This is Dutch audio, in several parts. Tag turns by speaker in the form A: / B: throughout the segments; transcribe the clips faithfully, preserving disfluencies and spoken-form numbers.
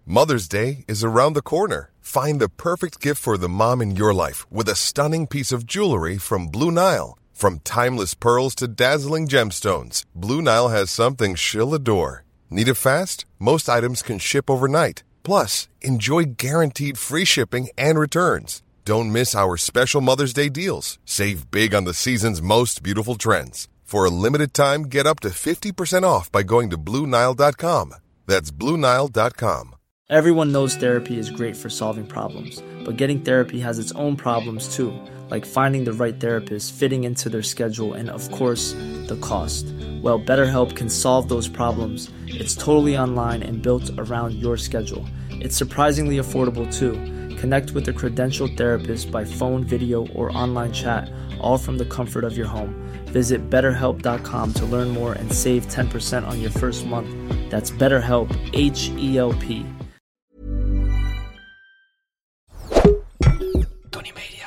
A: Mother's Day is around the corner. Find the perfect gift for the mom in your life with a stunning piece of jewelry from Blue Nile. From timeless pearls to dazzling gemstones, Blue Nile has something she'll adore. Need it fast? Most items can ship overnight. Plus, enjoy guaranteed free shipping and returns. Don't miss our special Mother's Day deals. Save big on the season's most beautiful trends. For a limited time, get up to fifty percent off by going to Blue Nile dot com. That's Blue Nile dot com.
B: Everyone knows therapy is great for solving problems, but getting therapy has its own problems too, like finding the right therapist, fitting into their schedule, and of course, the cost. Well, BetterHelp can solve those problems. It's totally online and built around your schedule. It's surprisingly affordable too. Connect with a credentialed therapist by phone, video, or online chat, all from the comfort of your home. Visit better help dot com to learn more and save ten percent on your first month. That's BetterHelp, H E L P.
C: Tony Media.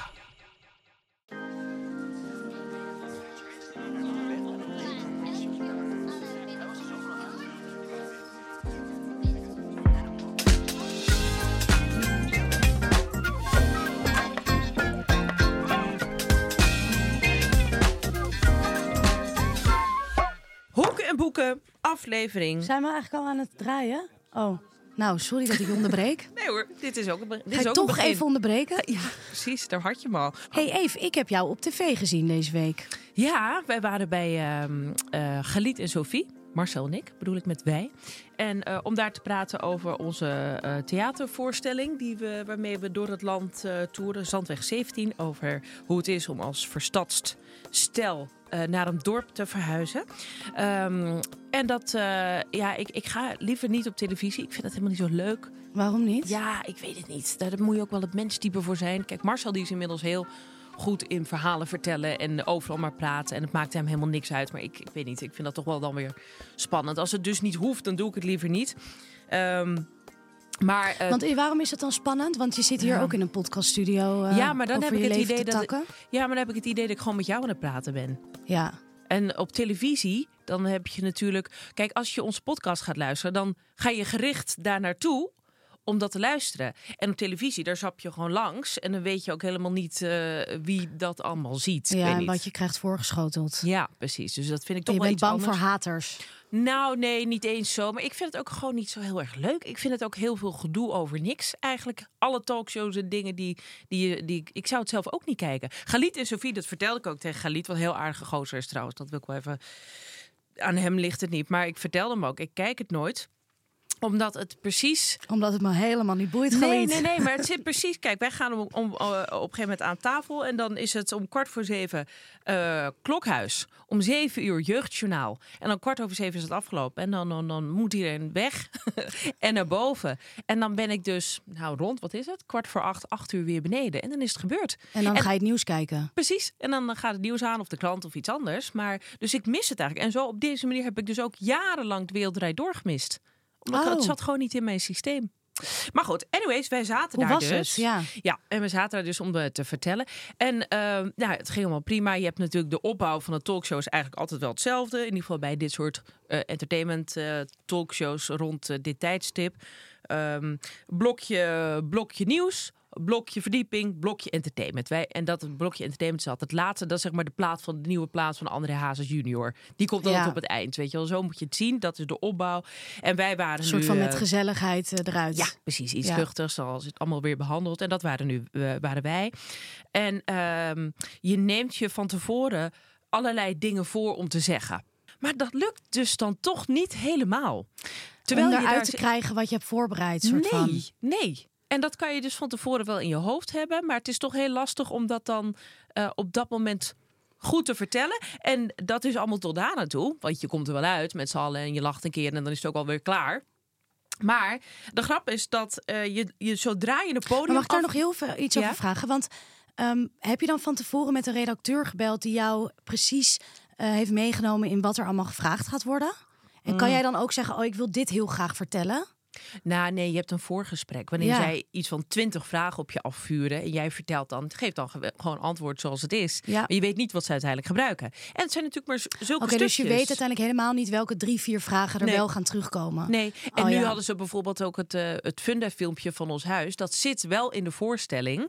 D: Hoeken en boeken, aflevering.
E: Zijn we eigenlijk al aan het draaien? Oh, nou, sorry dat ik je onderbreek.
D: Nee hoor, dit is ook een, be- dit
E: Ga
D: is
E: ik
D: ook
E: toch
D: een begin.
E: even onderbreken?
D: Ja, precies, daar had je hem al.
E: Hey Eve, ik heb jou op tv gezien deze week.
D: Ja, wij waren bij uh, uh, Galit en Sophie. Marcel en ik, bedoel ik met wij. En uh, om daar te praten over onze uh, theatervoorstelling... Die we, waarmee we door het land uh, toeren, Zandweg zeventien... over hoe het is om als verstadst stel uh, naar een dorp te verhuizen. Um, en dat, uh, ja, ik, ik ga liever niet op televisie. Ik vind dat helemaal niet zo leuk.
E: Waarom niet?
D: Ja, ik weet het niet. Daar moet je ook wel het menstype voor zijn. Kijk, Marcel die is inmiddels heel goed in verhalen vertellen en overal maar praten. En het maakt hem helemaal niks uit. Maar ik, ik weet niet, ik vind dat toch wel dan weer spannend. Als het dus niet hoeft, dan doe ik het liever niet. Um, maar, uh,
E: Want waarom is het dan spannend? Want je zit hier
D: ja.
E: ook in een podcaststudio uh,
D: ja, maar dan
E: over
D: heb
E: je
D: ik het
E: leven
D: idee
E: te
D: dat
E: takken.
D: ik, ja, maar dan heb ik het idee dat ik gewoon met jou aan het praten ben.
E: Ja.
D: En op televisie, dan heb je natuurlijk... Kijk, als je onze podcast gaat luisteren, dan ga je gericht daar naartoe om dat te luisteren. En op televisie, daar zap je gewoon langs. En dan weet je ook helemaal niet uh, wie dat allemaal ziet.
E: Ja,
D: ik weet
E: en
D: niet.
E: wat je krijgt voorgeschoteld.
D: Ja, precies. Dus dat vind ik toch
E: je
D: wel
E: bent
D: iets
E: bang
D: anders.
E: voor haters.
D: Nou, nee, niet eens zo. Maar ik vind het ook gewoon niet zo heel erg leuk. Ik vind het ook heel veel gedoe over niks. Eigenlijk alle talkshows en dingen die... die, die ik zou het zelf ook niet kijken. Galit en Sophie, dat vertelde ik ook tegen Galit. Wat een heel aardige gozer is trouwens. Dat wil ik wel even... Aan hem ligt het niet. Maar ik vertelde hem ook, ik kijk het nooit. Omdat het precies...
E: Omdat het me helemaal niet boeit,
D: Nee,
E: Galit.
D: nee, nee, maar het zit precies... Kijk, wij gaan om, om, uh, op een gegeven moment aan tafel... en dan is het om kwart voor zeven uh, klokhuis. Om zeven uur jeugdjournaal. En dan kwart over zeven is het afgelopen. En dan, dan, dan moet iedereen weg en naar boven. En dan ben ik dus, nou rond, wat is het? Kwart voor acht, acht uur weer beneden. En dan is het gebeurd.
E: En dan
D: en,
E: ga je het nieuws kijken.
D: Precies. En dan gaat het nieuws aan of de krant of iets anders. Maar, dus ik mis het eigenlijk. En zo op deze manier heb ik dus ook jarenlang de Wereld Draait Door gemist. Omdat
E: Oh.
D: het zat gewoon niet in mijn systeem. Maar goed, anyways, wij zaten
E: Hoe
D: daar
E: was
D: dus.
E: het? Ja.
D: ja, en we zaten daar dus om uh, te vertellen. En uh, nou, het ging helemaal prima. Je hebt natuurlijk de opbouw van de talkshow is eigenlijk altijd wel hetzelfde. In ieder geval bij dit soort uh, entertainment uh, talkshows rond uh, dit tijdstip. Um, blokje, blokje nieuws. Blokje verdieping, blokje entertainment. Wij, en dat blokje entertainment is altijd het laatste. Dat is zeg maar de plaat van de nieuwe plaat van André Hazes junior. Die komt altijd
E: Ja.
D: op het eind. Weet je wel, zo moet je het zien. Dat is de opbouw. En wij waren
E: Een soort
D: nu,
E: van
D: uh,
E: met gezelligheid uh, eruit.
D: ja, precies. Iets
E: Ja.
D: luchtigs, zoals het allemaal weer behandeld. En dat waren nu uh, waren wij. En um, je neemt je van tevoren allerlei dingen voor om te zeggen. Maar dat lukt dus dan toch niet helemaal. Terwijl
E: Om
D: je
E: eruit
D: daar
E: te
D: z-
E: krijgen wat je hebt voorbereid. Soort
D: nee,
E: van.
D: nee. En dat kan je dus van tevoren wel in je hoofd hebben. Maar het is toch heel lastig om dat dan uh, op dat moment goed te vertellen. En dat is allemaal tot daar naartoe. Want je komt er wel uit met z'n allen en je lacht een keer en dan is het ook alweer klaar. Maar de grap is dat uh, je, je zodra je een podium
E: Maar mag ik daar
D: af...
E: nog heel veel iets
D: Ja?
E: over vragen? Want um, heb je dan van tevoren met een redacteur gebeld die jou precies uh, heeft meegenomen in wat er allemaal gevraagd gaat worden? En kan
D: Mm.
E: jij dan ook zeggen, oh, ik wil dit heel graag vertellen?
D: Nou, nee, je hebt een voorgesprek. Wanneer
E: Ja.
D: zij iets van twintig vragen op je afvuren en jij vertelt dan, geef dan ge- gewoon antwoord zoals het is.
E: Ja.
D: Maar je weet niet wat ze uiteindelijk gebruiken. En het zijn natuurlijk maar z- zulke
E: Oké,
D: stukjes.
E: dus je weet uiteindelijk helemaal niet welke drie, vier vragen er
D: Nee.
E: wel gaan terugkomen.
D: Nee, en
E: Oh,
D: nu
E: ja.
D: hadden ze bijvoorbeeld ook het, uh, het Funda-filmpje van ons huis. Dat zit wel in de voorstelling.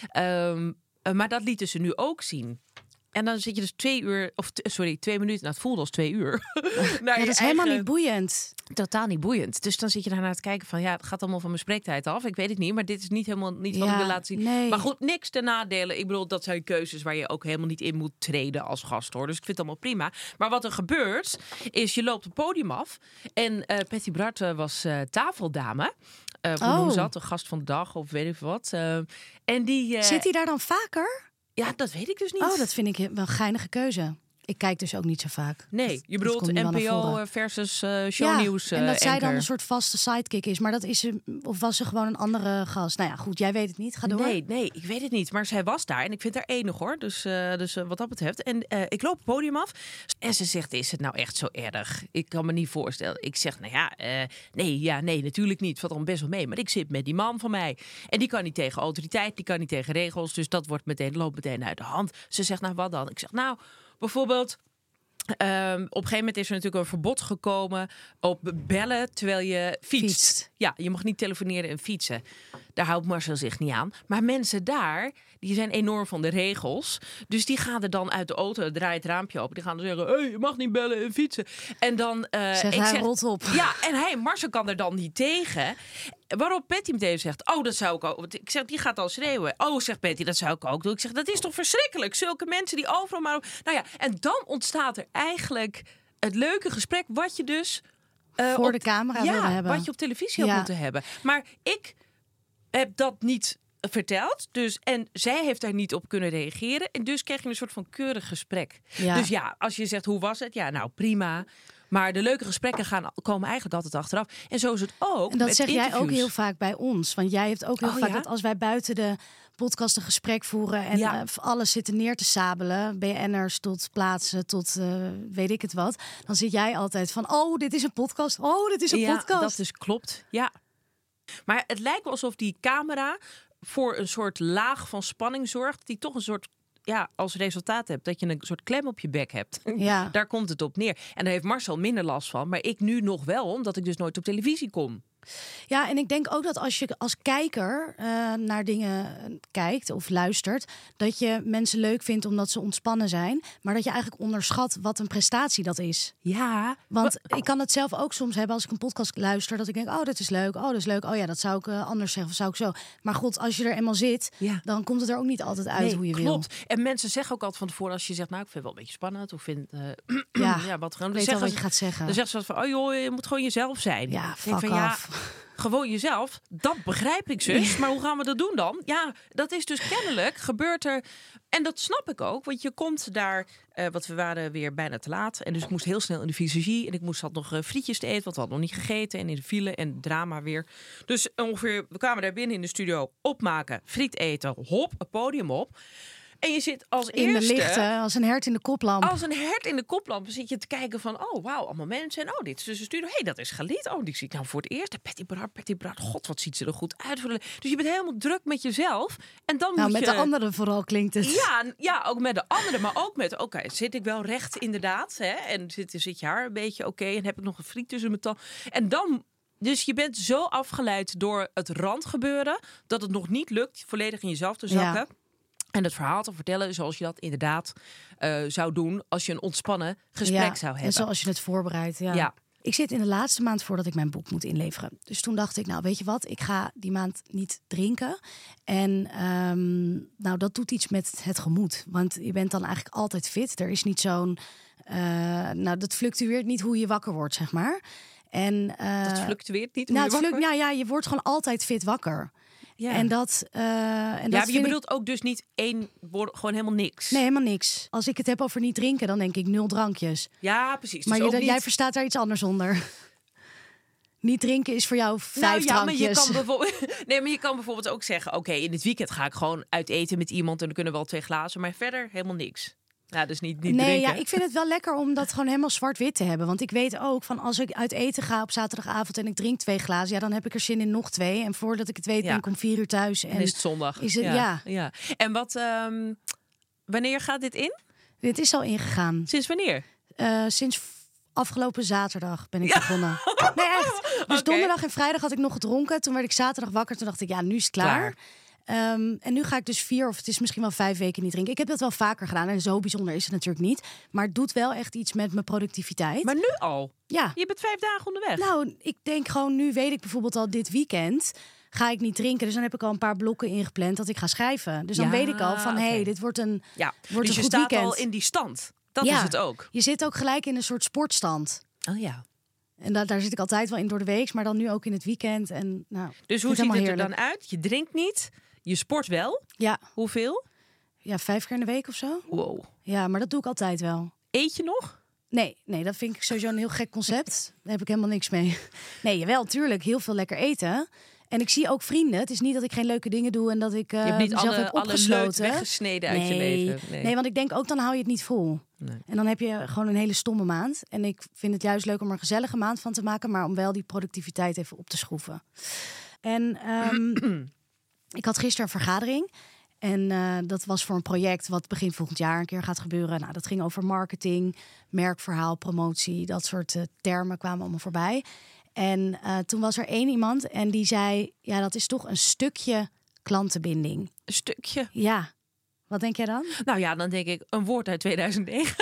D: Um, uh, maar dat lieten ze nu ook zien. En dan zit je dus twee uur, of t- sorry, twee minuten. Nou, het voelde als twee uur.
E: Ja, dat is helemaal niet boeiend.
D: Totaal niet boeiend. Dus dan zit je daarnaar te kijken van, ja, het gaat allemaal van mijn spreektijd af. Ik weet het niet, maar dit is niet helemaal niet van
E: Ja,
D: de relatie.
E: nee.
D: Maar goed, niks ten nadelen. Ik bedoel, dat zijn keuzes waar je ook helemaal niet in moet treden als gast, hoor. Dus ik vind het allemaal prima. Maar wat er gebeurt, is je loopt het podium af. En uh, Patty Bart uh, was uh, tafeldame. Uh, hoe
E: Oh.
D: noemen ze dat? Een gast van de dag of weet ik wat. Uh, en die, uh,
E: Zit hij daar dan vaker?
D: Ja, dat weet ik dus niet.
E: Oh, dat vind ik wel een geinige keuze. Ik kijk dus ook niet zo vaak.
D: Nee,
E: Dat-
D: je
E: dat
D: bedoelt
E: komt nu wel naar
D: N P O
E: voren.
D: versus uh, shownieuws.
E: Ja, en dat
D: uh,
E: zij dan
D: anchor.
E: een soort vaste sidekick is. Maar dat is ze, of was ze gewoon een andere gast? Nou ja, goed, jij weet het niet. Ga door.
D: Nee, nee, ik weet het niet. Maar zij was daar en ik vind haar enig, hoor. Dus, uh, dus uh, wat dat betreft. En uh, ik loop het podium af en ze zegt, is het nou echt zo erg? Ik kan me niet voorstellen. Ik zeg, nou ja, uh, nee, ja, nee, natuurlijk niet. Het valt dan best wel mee. Maar ik zit met die man van mij. En die kan niet tegen autoriteit, die kan niet tegen regels. Dus dat wordt meteen, loopt meteen uit de hand. Ze zegt, nou wat dan? Ik zeg, nou, bijvoorbeeld... Um, op een gegeven moment is er natuurlijk een verbod gekomen op bellen terwijl je fietst.
E: Fietst.
D: Ja, je mag niet telefoneren en fietsen. Daar houdt Marcel zich niet aan. Maar mensen daar, die zijn enorm van de regels. Dus die gaan er dan uit de auto, draait het raampje open. Die gaan dan zeggen, hey, je mag niet bellen en fietsen. En dan... Uh,
E: Zeg
D: ik
E: hij,
D: zeg,
E: rot op.
D: Ja, en hij, Marcel kan er dan niet tegen. Waarop Patty meteen zegt, oh, dat zou ik ook. Want ik zeg, die gaat al schreeuwen. Oh, zegt Patty, dat zou ik ook doen. Ik zeg, dat is toch verschrikkelijk? Zulke mensen die overal maar... Nou ja, en dan ontstaat er eigenlijk het leuke gesprek wat je dus... Uh,
E: Voor
D: op,
E: de camera
D: ja,
E: wilde hebben.
D: wat je op televisie had
E: Ja.
D: moeten hebben. Maar ik heb dat niet verteld. Dus, en zij heeft daar niet op kunnen reageren. En dus krijg je een soort van keurig gesprek.
E: Ja.
D: Dus ja, als je zegt, hoe was het? Ja, nou, prima. Maar de leuke gesprekken gaan, komen eigenlijk altijd achteraf. En zo is het ook
E: En dat
D: met
E: zeg jij ook
D: interviews.
E: heel vaak bij ons. Want jij hebt ook heel
D: Oh,
E: vaak
D: ja?
E: dat als wij buiten de podcast een gesprek voeren... en
D: Ja.
E: uh, alles zitten neer te sabelen, B N'ers tot plaatsen, tot uh, weet ik het wat... dan zit jij altijd van, oh, dit is een podcast. Oh, dit is een
D: Ja,
E: podcast.
D: dat dus klopt. Ja. Maar het lijkt wel alsof die camera voor een soort laag van spanning zorgt... die toch een soort, ja, als resultaat hebt... dat je een soort klem op je bek hebt.
E: Ja.
D: Daar komt het op neer. En daar heeft Marcel minder last van. Maar ik nu nog wel, omdat ik dus nooit op televisie kom.
E: Ja, en ik denk ook dat als je als kijker uh, naar dingen kijkt of luistert... dat je mensen leuk vindt omdat ze ontspannen zijn... maar dat je eigenlijk onderschat wat een prestatie dat is.
D: Ja.
E: Want ik kan het zelf ook soms hebben als ik een podcast luister... dat ik denk, oh, dat is leuk, oh, dat is leuk. Oh ja, dat zou ik uh, anders zeggen of zou ik zo. Maar goed, als je er eenmaal zit,
D: Ja.
E: dan komt het er ook niet altijd uit
D: Nee,
E: hoe je
D: klopt.
E: wil.
D: En mensen zeggen ook altijd van tevoren... als je zegt, nou, ik vind het wel een beetje spannend... of vind, uh,
E: Ja,
D: ja, wat gewoon.
E: Ik
D: Dan
E: weet al
D: zeggen
E: wat
D: ze-
E: je gaat zeggen.
D: Dan zeggen ze van, oh joh, je moet gewoon jezelf zijn.
E: Ja,
D: Ik denk
E: fuck
D: van,
E: af.
D: Ja, gewoon jezelf, dat begrijp ik zus. Maar hoe gaan we dat doen dan? Ja, dat is dus kennelijk gebeurt er... En dat snap ik ook, want je komt daar... Uh, want we waren weer bijna te laat. En dus ik moest heel snel in de visagie. En ik moest had nog uh, frietjes te eten, want we hadden nog niet gegeten. En in de file en drama weer. Dus ongeveer, we kwamen daar binnen in de studio opmaken. Friet eten, hop, het podium op. En je zit als
E: In
D: eerste...
E: de lichten, als een hert in de koplamp.
D: Als een hert in de koplamp zit je te kijken van... oh, wauw, allemaal mensen. En oh, dit is dus een studio. Hé, hey, dat is Galit. Oh, die zie ik nou voor het eerst. En Patty Bart, Patty Bart. God, wat ziet ze er goed uit. Dus je bent helemaal druk met jezelf. En dan
E: Nou,
D: moet
E: met
D: je...
E: de anderen vooral klinkt het.
D: Ja, ja, ook met de anderen. Maar ook met... Oké, okay, zit ik wel recht inderdaad? Hè? En zit, zit je haar een beetje oké? Okay, en heb ik nog een friet tussen mijn tanden? En dan... Dus je bent zo afgeleid door het randgebeuren... dat het nog niet lukt volledig in jezelf te zakken...
E: Ja.
D: En het verhaal te vertellen zoals je dat inderdaad uh, zou doen... als je een ontspannen gesprek
E: Ja,
D: zou hebben.
E: En zoals je het voorbereidt, ja.
D: Ja.
E: Ik zit in de laatste maand voordat ik mijn boek moet inleveren. Dus toen dacht ik, nou weet je wat, ik ga die maand niet drinken. En um, nou, dat doet iets met het gemoed. Want je bent dan eigenlijk altijd fit. Er is niet zo'n... Uh, nou, dat fluctueert niet hoe je wakker wordt, zeg maar. En, uh,
D: dat fluctueert niet hoe
E: nou,
D: je
E: het
D: wakker
E: fluct, ja, ja, je wordt gewoon altijd fit wakker.
D: Ja.
E: En dat, uh, en dat
D: ja, maar je
E: vind
D: bedoelt
E: ik...
D: ook dus niet één woord, gewoon helemaal niks.
E: Nee, helemaal niks. Als ik het heb over niet drinken, dan denk ik nul drankjes.
D: Ja, precies.
E: Maar
D: dus
E: je,
D: ook niet...
E: jij verstaat daar iets anders onder. Niet drinken is voor jou vijf
D: nou, ja,
E: drankjes.
D: Maar je kan bijvoorbeeld... Nee, maar je kan bijvoorbeeld ook zeggen... Oké, okay, in het weekend ga ik gewoon uit eten met iemand... en dan kunnen we wel twee glazen, maar verder helemaal niks. Ja, dus niet, niet
E: nee,
D: drinken.
E: ja, ik vind het wel lekker om dat gewoon helemaal zwart-wit te hebben. Want ik weet ook van als ik uit eten ga op zaterdagavond en ik drink twee glazen, ja, dan heb ik er zin in nog twee. En voordat ik het weet,
D: Ja.
E: ben ik om vier uur thuis. En
D: En is het zondag.
E: Is het,
D: ja.
E: ja.
D: ja. En wat, um, wanneer gaat dit in?
E: Dit is al ingegaan.
D: Sinds wanneer?
E: Uh, sinds afgelopen zaterdag ben ik ja. begonnen. Nee, echt. Dus okay. donderdag en vrijdag had ik nog gedronken. Toen werd ik zaterdag wakker. Toen dacht ik, ja, nu is het klaar. klaar. Um, en nu ga ik dus vier of het is misschien wel vijf weken niet drinken. Ik heb dat wel vaker gedaan en zo bijzonder is het natuurlijk niet. Maar het doet wel echt iets met mijn productiviteit.
D: Maar nu al?
E: Ja.
D: Je bent vijf dagen onderweg?
E: Nou, ik denk gewoon, nu weet ik bijvoorbeeld al dit weekend ga ik niet drinken. Dus dan heb ik al een paar blokken ingepland dat ik ga schrijven. Dus dan ja, weet ik al van, hé, okay. hey, dit wordt een,
D: ja.
E: wordt
D: dus
E: een
D: goed
E: weekend.
D: Dus je staat al in die stand. Dat
E: ja.
D: is het ook.
E: Je zit ook gelijk in een soort sportstand.
D: Oh ja.
E: En da- daar zit ik altijd wel in door de week, maar dan nu ook in het weekend. En, nou,
D: dus hoe ziet het heerlijk. er dan uit? Je drinkt niet, je sport wel.
E: Ja.
D: Hoeveel?
E: Ja, vijf keer in de week of zo.
D: Wow.
E: Ja, maar dat doe ik altijd wel.
D: Eet je nog?
E: Nee, nee, dat vind ik sowieso een heel gek concept. Daar heb ik helemaal niks mee. Nee, jawel, tuurlijk, heel veel lekker eten. En ik zie ook vrienden. Het is niet dat ik geen leuke dingen doe en dat ik uh,
D: je hebt niet
E: mezelf
D: alle,
E: heb opgesloten.
D: Alle weggesneden uit
E: nee.
D: je leven. Nee.
E: nee, want ik denk ook dan hou je het niet vol.
D: Nee.
E: En dan heb je gewoon een hele stomme maand. En ik vind het juist leuk om er een gezellige maand van te maken, maar om wel die productiviteit even op te schroeven. En um, ik had gisteren een vergadering. En uh, dat was voor een project wat begin volgend jaar een keer gaat gebeuren. Nou, dat ging over marketing, merkverhaal, promotie. Dat soort uh, termen kwamen allemaal voorbij. En uh, toen was er één iemand en die zei, ja, dat is toch een stukje klantenbinding.
D: Een stukje?
E: Ja. Wat denk jij dan?
D: Nou ja, dan denk ik een woord uit tweeduizend negen.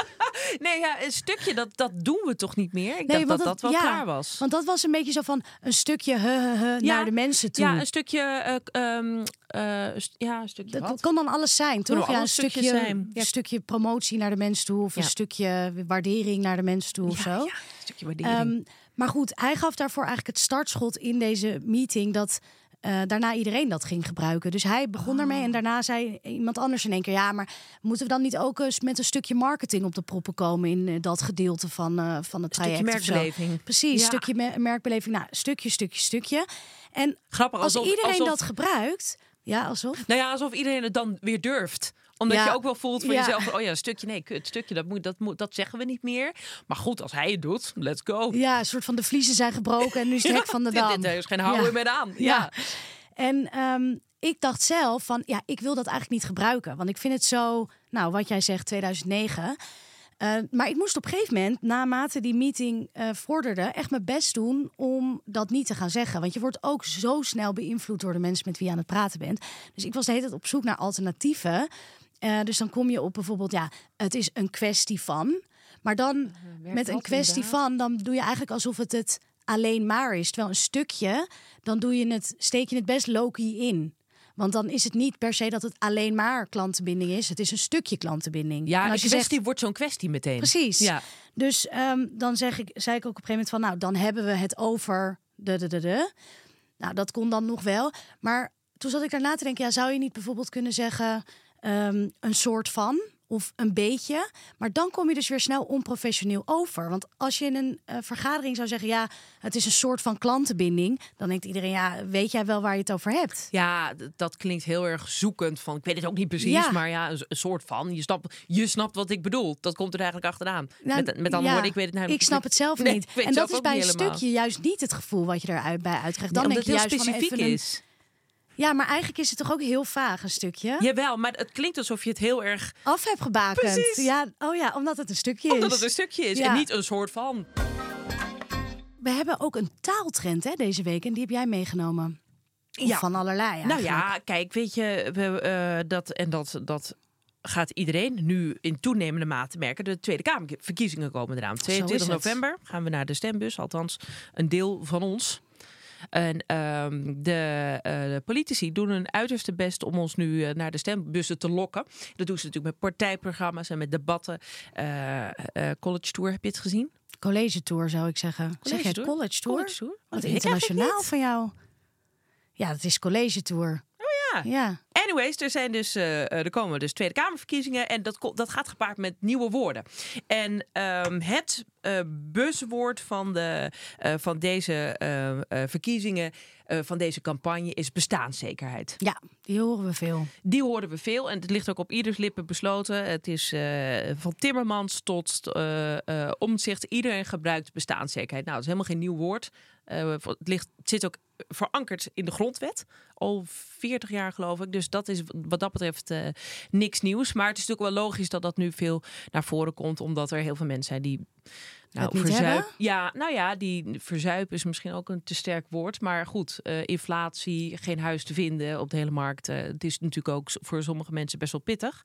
D: Nee, ja, een stukje, dat, dat doen we toch niet meer? Ik
E: nee,
D: dacht dat
E: dat,
D: dat wel
E: ja,
D: klaar was.
E: Want dat was een beetje zo van een stukje he, he, he,
D: ja,
E: naar de mensen toe.
D: Ja, een stukje... Uh, um, uh, st- ja, een stukje
E: dat
D: wat?
E: kan dan alles zijn, toch? Ja, een stukje,
D: zijn. Ja.
E: een stukje promotie naar de mensen toe. Of ja. een stukje waardering naar de mensen toe.
D: Ja,
E: of zo.
D: Ja, een stukje waardering.
E: Um, maar goed, hij gaf daarvoor eigenlijk het startschot in deze meeting dat uh, daarna iedereen dat ging gebruiken. Dus hij begon oh. ermee en daarna zei iemand anders in één keer, ja, maar moeten we dan niet ook eens met een stukje marketing op de proppen komen in uh, dat gedeelte van, uh, van het
D: een
E: traject?
D: Stukje merkbeleving.
E: Precies,
D: ja.
E: stukje me- merkbeleving. Nou, stukje, stukje, stukje. En
D: grappig,
E: als
D: alsof,
E: iedereen
D: alsof...
E: dat gebruikt, ja, alsof.
D: Nou ja, alsof iedereen het dan weer durft. Omdat
E: ja.
D: je ook wel voelt van
E: ja.
D: jezelf, oh ja, een stukje, nee, kut, stukje, dat, moet, dat, moet, dat zeggen we niet meer. Maar goed, als hij het doet, let's go.
E: Ja, een soort van de vliezen zijn gebroken en nu is het
D: ja,
E: hek van de dam.
D: Dit is geen houden
E: ja.
D: meer aan. Ja.
E: ja. En um, ik dacht zelf van, ja, ik wil dat eigenlijk niet gebruiken. Want ik vind het zo, nou, wat jij zegt, tweeduizend negen. Uh, maar ik moest op een gegeven moment, naarmate die meeting uh, vorderde, echt mijn best doen om dat niet te gaan zeggen. Want je wordt ook zo snel beïnvloed door de mensen met wie je aan het praten bent. Dus ik was de hele tijd op zoek naar alternatieven. Uh, dus dan kom je op bijvoorbeeld, ja, het is een kwestie van. Maar dan uh, met een kwestie inderdaad. van, dan doe je eigenlijk alsof het het alleen maar is. Terwijl een stukje, dan doe je het, steek je het best low-key in. Want dan is het niet per se dat het alleen maar klantenbinding is. Het is een stukje klantenbinding.
D: Ja,
E: en als
D: je
E: je
D: kwestie
E: zegt,
D: wordt zo'n kwestie meteen.
E: Precies.
D: Ja.
E: Dus um, dan zeg ik, zei ik ook op een gegeven moment van, nou, dan hebben we het over de de de de. Nou, dat kon dan nog wel. Maar toen zat ik daarna te denken, ja, zou je niet bijvoorbeeld kunnen zeggen um, een soort van of een beetje. Maar dan kom je dus weer snel onprofessioneel over. Want als je in een uh, vergadering zou zeggen, ja, het is een soort van klantenbinding, dan denkt iedereen, ja, weet jij wel waar je het over hebt?
D: Ja, d- dat klinkt heel erg zoekend van, ik weet het ook niet precies,
E: ja.
D: maar ja, een, een soort van. Je snapt, je snapt wat ik bedoel. Dat komt er eigenlijk achteraan.
E: Nou,
D: met, met andere
E: ja,
D: woorden, ik weet het nou
E: ik snap het zelf
D: nee,
E: niet.
D: En
E: dat is bij een stukje
D: helemaal.
E: juist niet het gevoel wat je eruit bij uitkrijgt. Dan
D: Nee,
E: denk je
D: het
E: juist
D: heel specifiek
E: van even
D: is.
E: Een... Ja, maar eigenlijk is het toch ook heel vaag een stukje?
D: Jawel, maar het klinkt alsof je het heel erg
E: af hebt gebakend.
D: Precies.
E: Ja, oh ja, omdat het een stukje
D: omdat
E: is.
D: het een stukje is
E: ja.
D: en niet een soort van.
E: We hebben ook een taaltrend hè, deze week en die heb jij meegenomen. Of
D: Ja.
E: van allerlei eigenlijk.
D: Nou ja, kijk, weet je, we, uh, dat en dat, dat gaat iedereen nu in toenemende mate merken. De Tweede Kamerverkiezingen komen eraan. tweeëntwintig november gaan we naar de stembus, althans een deel van ons. En um, de, uh, de politici doen hun uiterste best om ons nu uh, naar de stembussen te lokken. Dat doen ze natuurlijk met partijprogramma's en met debatten. Uh, uh, college Tour, heb je het gezien?
E: College Tour zou ik zeggen.
D: College
E: zeg jij
D: tour?
E: College Tour?
D: College Tour?
E: Wat internationaal van jou. Ja, het is College Tour.
D: Oh ja.
E: Ja.
D: Anyway, anyways, er zijn dus, uh, er komen dus Tweede Kamerverkiezingen en dat, dat gaat gepaard met nieuwe woorden. En um, het uh, buzzwoord van, de, uh, van deze uh, uh, verkiezingen, uh, van deze campagne, is bestaanszekerheid.
E: Ja, die horen we veel.
D: Die horen we veel en het ligt ook op ieders lippen besloten. Het is uh, van Timmermans tot uh, uh, Omtzigt. Iedereen gebruikt bestaanszekerheid. Nou, dat is helemaal geen nieuw woord. Uh, het, ligt, het zit ook verankerd in de grondwet. Al veertig jaar geloof ik. Dus dat is wat dat betreft uh, niks nieuws. Maar het is natuurlijk wel logisch dat dat nu veel naar voren komt. Omdat er heel veel mensen zijn die...
E: Nou, verzuip,
D: ja, nou ja, die verzuipen is misschien ook een te sterk woord. Maar goed, uh, inflatie, geen huis te vinden op de hele markt. Uh, het is natuurlijk ook voor sommige mensen best wel pittig.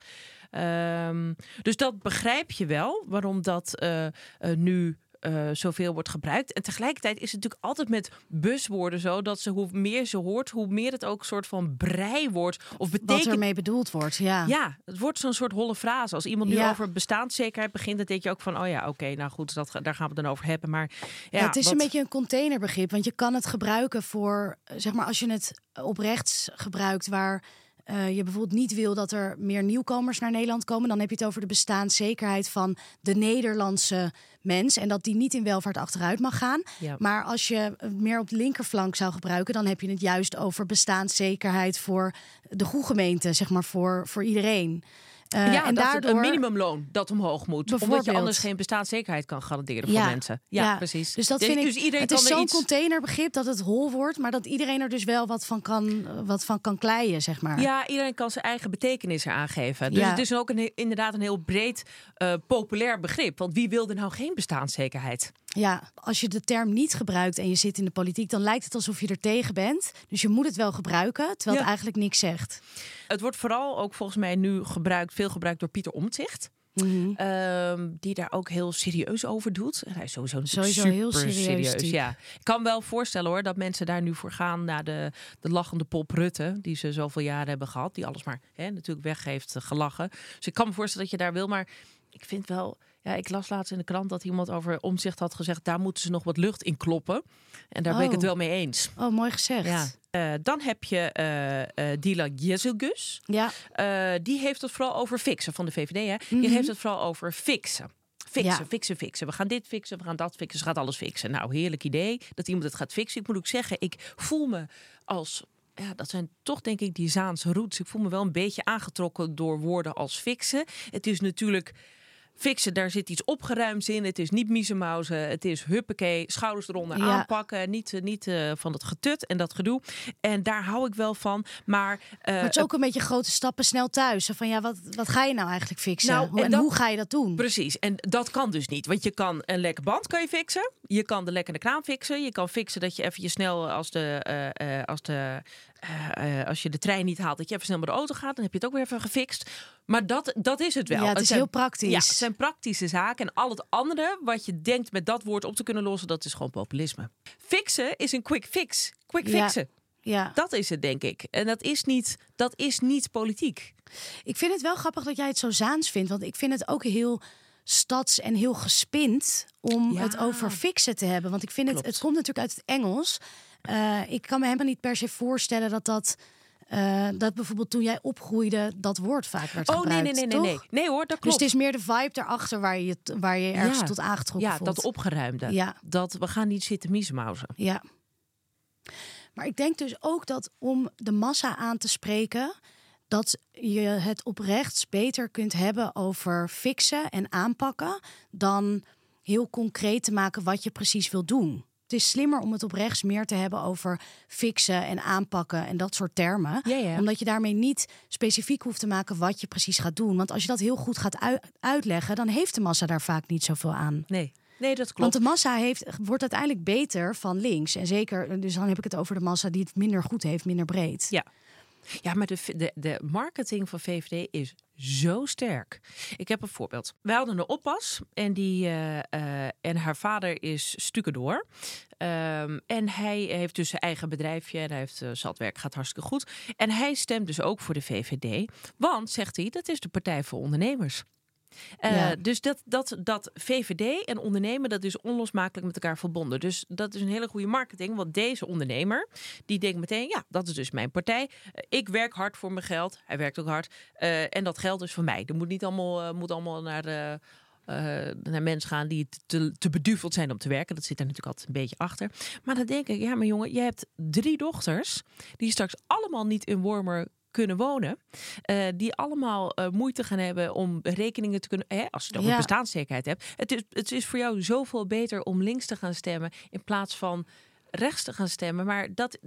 D: Um, dus dat begrijp je wel, waarom dat uh, uh, nu... Uh, zoveel wordt gebruikt. En tegelijkertijd is het natuurlijk altijd met buswoorden zo... dat ze, hoe meer ze hoort, hoe meer het ook een soort van brei wordt. Of betekent...
E: Wat ermee bedoeld wordt, ja.
D: Ja, het wordt zo'n soort holle frase. Als iemand nu
E: ja.
D: over bestaanszekerheid begint... dan denk je ook van, oh ja, oké, okay, nou goed, dat, daar gaan we het dan over hebben. Maar ja,
E: ja, het is
D: wat...
E: een beetje een containerbegrip. Want je kan het gebruiken voor... zeg maar, als je het oprechts gebruikt... waar uh, je bijvoorbeeld niet wil dat er meer nieuwkomers naar Nederland komen... dan heb je het over de bestaanszekerheid van de Nederlandse mens... en dat die niet in welvaart achteruit mag gaan.
D: Ja.
E: Maar als je meer op de linkerflank zou gebruiken... dan heb je het juist over bestaanszekerheid voor de goede gemeente, zeg maar, voor, voor iedereen. Uh,
D: ja,
E: en
D: dat
E: daardoor
D: een minimumloon dat omhoog moet. Omdat je anders geen bestaanszekerheid kan garanderen voor
E: ja,
D: mensen. Ja,
E: ja,
D: precies.
E: Dus dat
D: dus,
E: vind ik,
D: dus iedereen
E: het
D: kan
E: is zo'n
D: iets...
E: containerbegrip dat het hol wordt... maar dat iedereen er dus wel wat van kan, wat van kan kleien, zeg maar.
D: Ja, iedereen kan zijn eigen betekenis eraan geven. Dus
E: ja.
D: het is ook een, inderdaad een heel breed uh, populair begrip. Want wie wil er nou geen bestaanszekerheid?
E: Ja, als je de term niet gebruikt en je zit in de politiek... dan lijkt het alsof je er tegen bent. Dus je moet het wel gebruiken, terwijl ja. het eigenlijk niks zegt.
D: Het wordt vooral ook volgens mij nu gebruikt, veel gebruikt door Pieter Omtzigt.
E: Mm-hmm.
D: Um, die daar ook heel serieus over doet. Hij is sowieso,
E: sowieso
D: super
E: heel serieus.
D: serieus ja. Ik kan wel voorstellen hoor dat mensen daar nu voor gaan naar de, de lachende pop Rutte, die ze zoveel jaren hebben gehad, die alles maar hè, natuurlijk weg heeft gelachen. Dus ik kan me voorstellen dat je daar wil, maar ik vind wel. Ja, ik las laatst in de krant dat iemand over Omtzigt had gezegd... daar moeten ze nog wat lucht in kloppen. En daar
E: oh.
D: ben ik het wel mee eens.
E: Oh, mooi gezegd.
D: Ja. Uh, dan heb je uh, uh, Dylan Jezelgus.
E: Ja.
D: Uh, die heeft het vooral over fixen, van de V V D. Hè?
E: Mm-hmm.
D: Die heeft het vooral over fixen. Fixen,
E: ja.
D: fixen, fixen. We gaan dit fixen, we gaan dat fixen. Ze gaat alles fixen. Nou, heerlijk idee dat iemand het gaat fixen. Ik moet ook zeggen, ik voel me als... Ja, dat zijn toch denk ik die Zaanse roots. Ik voel me wel een beetje aangetrokken door woorden als fixen. Het is natuurlijk... Fixen, daar zit iets opgeruimds in. Het is niet miezenmauzen. Het is huppakee, schouders eronder ja. aanpakken. Niet, niet uh, van dat getut en dat gedoe. En daar hou ik wel van. Maar, uh,
E: maar het is ook een beetje grote stappen snel thuis. Van ja, wat, wat ga je nou eigenlijk fixen?
D: Nou,
E: hoe, en
D: dat,
E: hoe ga je dat doen?
D: Precies. En dat kan dus niet. Want je kan een lekke band kan je fixen. Je kan de lekkende kraan fixen. Je kan fixen dat je even je snel als de... Uh, uh, als de Uh, uh, als je de trein niet haalt, dat je even snel met de auto gaat, dan heb je het ook weer even gefixt. Maar dat, dat is het wel.
E: Ja, het, het
D: is
E: zijn, heel praktisch.
D: Ja, het zijn praktische zaken. En al het andere wat je denkt met dat woord op te kunnen lossen, dat is gewoon populisme. Fixen is een quick fix. Quick
E: ja.
D: fixen.
E: Ja.
D: Dat is het, denk ik. En dat is niet, dat is niet politiek.
E: Ik vind het wel grappig dat jij het zo Zaans vindt, want ik vind het ook heel stads en heel gespind om
D: ja.
E: het over fixen te hebben. Want ik vind het, het komt natuurlijk uit het Engels. Uh, ik kan me helemaal niet per se voorstellen dat dat... Uh, dat bijvoorbeeld toen jij opgroeide dat woord vaak werd
D: oh,
E: gebruikt.
D: Oh nee, nee, nee, nee. Nee hoor, dat klopt.
E: Dus het is meer de vibe daarachter waar je, waar je ergens
D: ja.
E: tot aangetrokken
D: ja,
E: voelt.
D: Ja, dat opgeruimde.
E: Ja.
D: Dat we gaan niet zitten miezenmauzen.
E: Ja. Maar ik denk dus ook dat om de massa aan te spreken, dat je het oprechts beter kunt hebben over fixen en aanpakken dan heel concreet te maken wat je precies wil doen. Het is slimmer om het oprechts meer te hebben over fixen en aanpakken en dat soort termen.
D: Ja, ja.
E: Omdat je daarmee niet specifiek hoeft te maken wat je precies gaat doen. Want als je dat heel goed gaat u- uitleggen, dan heeft de massa daar vaak niet zoveel aan.
D: Nee. Nee, dat klopt.
E: Want de massa heeft, wordt uiteindelijk beter van links. En zeker, dus dan heb ik het over de massa die het minder goed heeft, minder breed.
D: Ja. Ja, maar de, de, de marketing van V V D is zo sterk. Ik heb een voorbeeld. Wij hadden een oppas en, die, uh, uh, en haar vader is stukendoor. Um, en hij heeft dus zijn eigen bedrijfje en hij heeft uh, zat werk, gaat hartstikke goed. En hij stemt dus ook voor de V V D. Want, zegt hij, dat is de Partij voor Ondernemers. Uh,
E: Ja.
D: Dus dat, dat, dat V V D en ondernemen, dat is onlosmakelijk met elkaar verbonden. Dus dat is een hele goede marketing. Want deze ondernemer, die denkt meteen, ja, dat is dus mijn partij. Uh, ik werk hard voor mijn geld. Hij werkt ook hard. Uh, en dat geld is voor mij. Er moet niet allemaal, uh, moet allemaal naar... Uh, Uh, naar mensen gaan die te, te beduveld zijn om te werken. Dat zit er natuurlijk altijd een beetje achter. Maar dan denk ik, ja, maar jongen, je hebt drie dochters die straks allemaal niet in Wormer kunnen wonen. Uh, die allemaal uh, moeite gaan hebben om rekeningen te kunnen... Hè, als je dan ja. een bestaanszekerheid hebt. Het is, het is voor jou zoveel beter om links te gaan stemmen in plaats van rechts te gaan stemmen. Maar dat...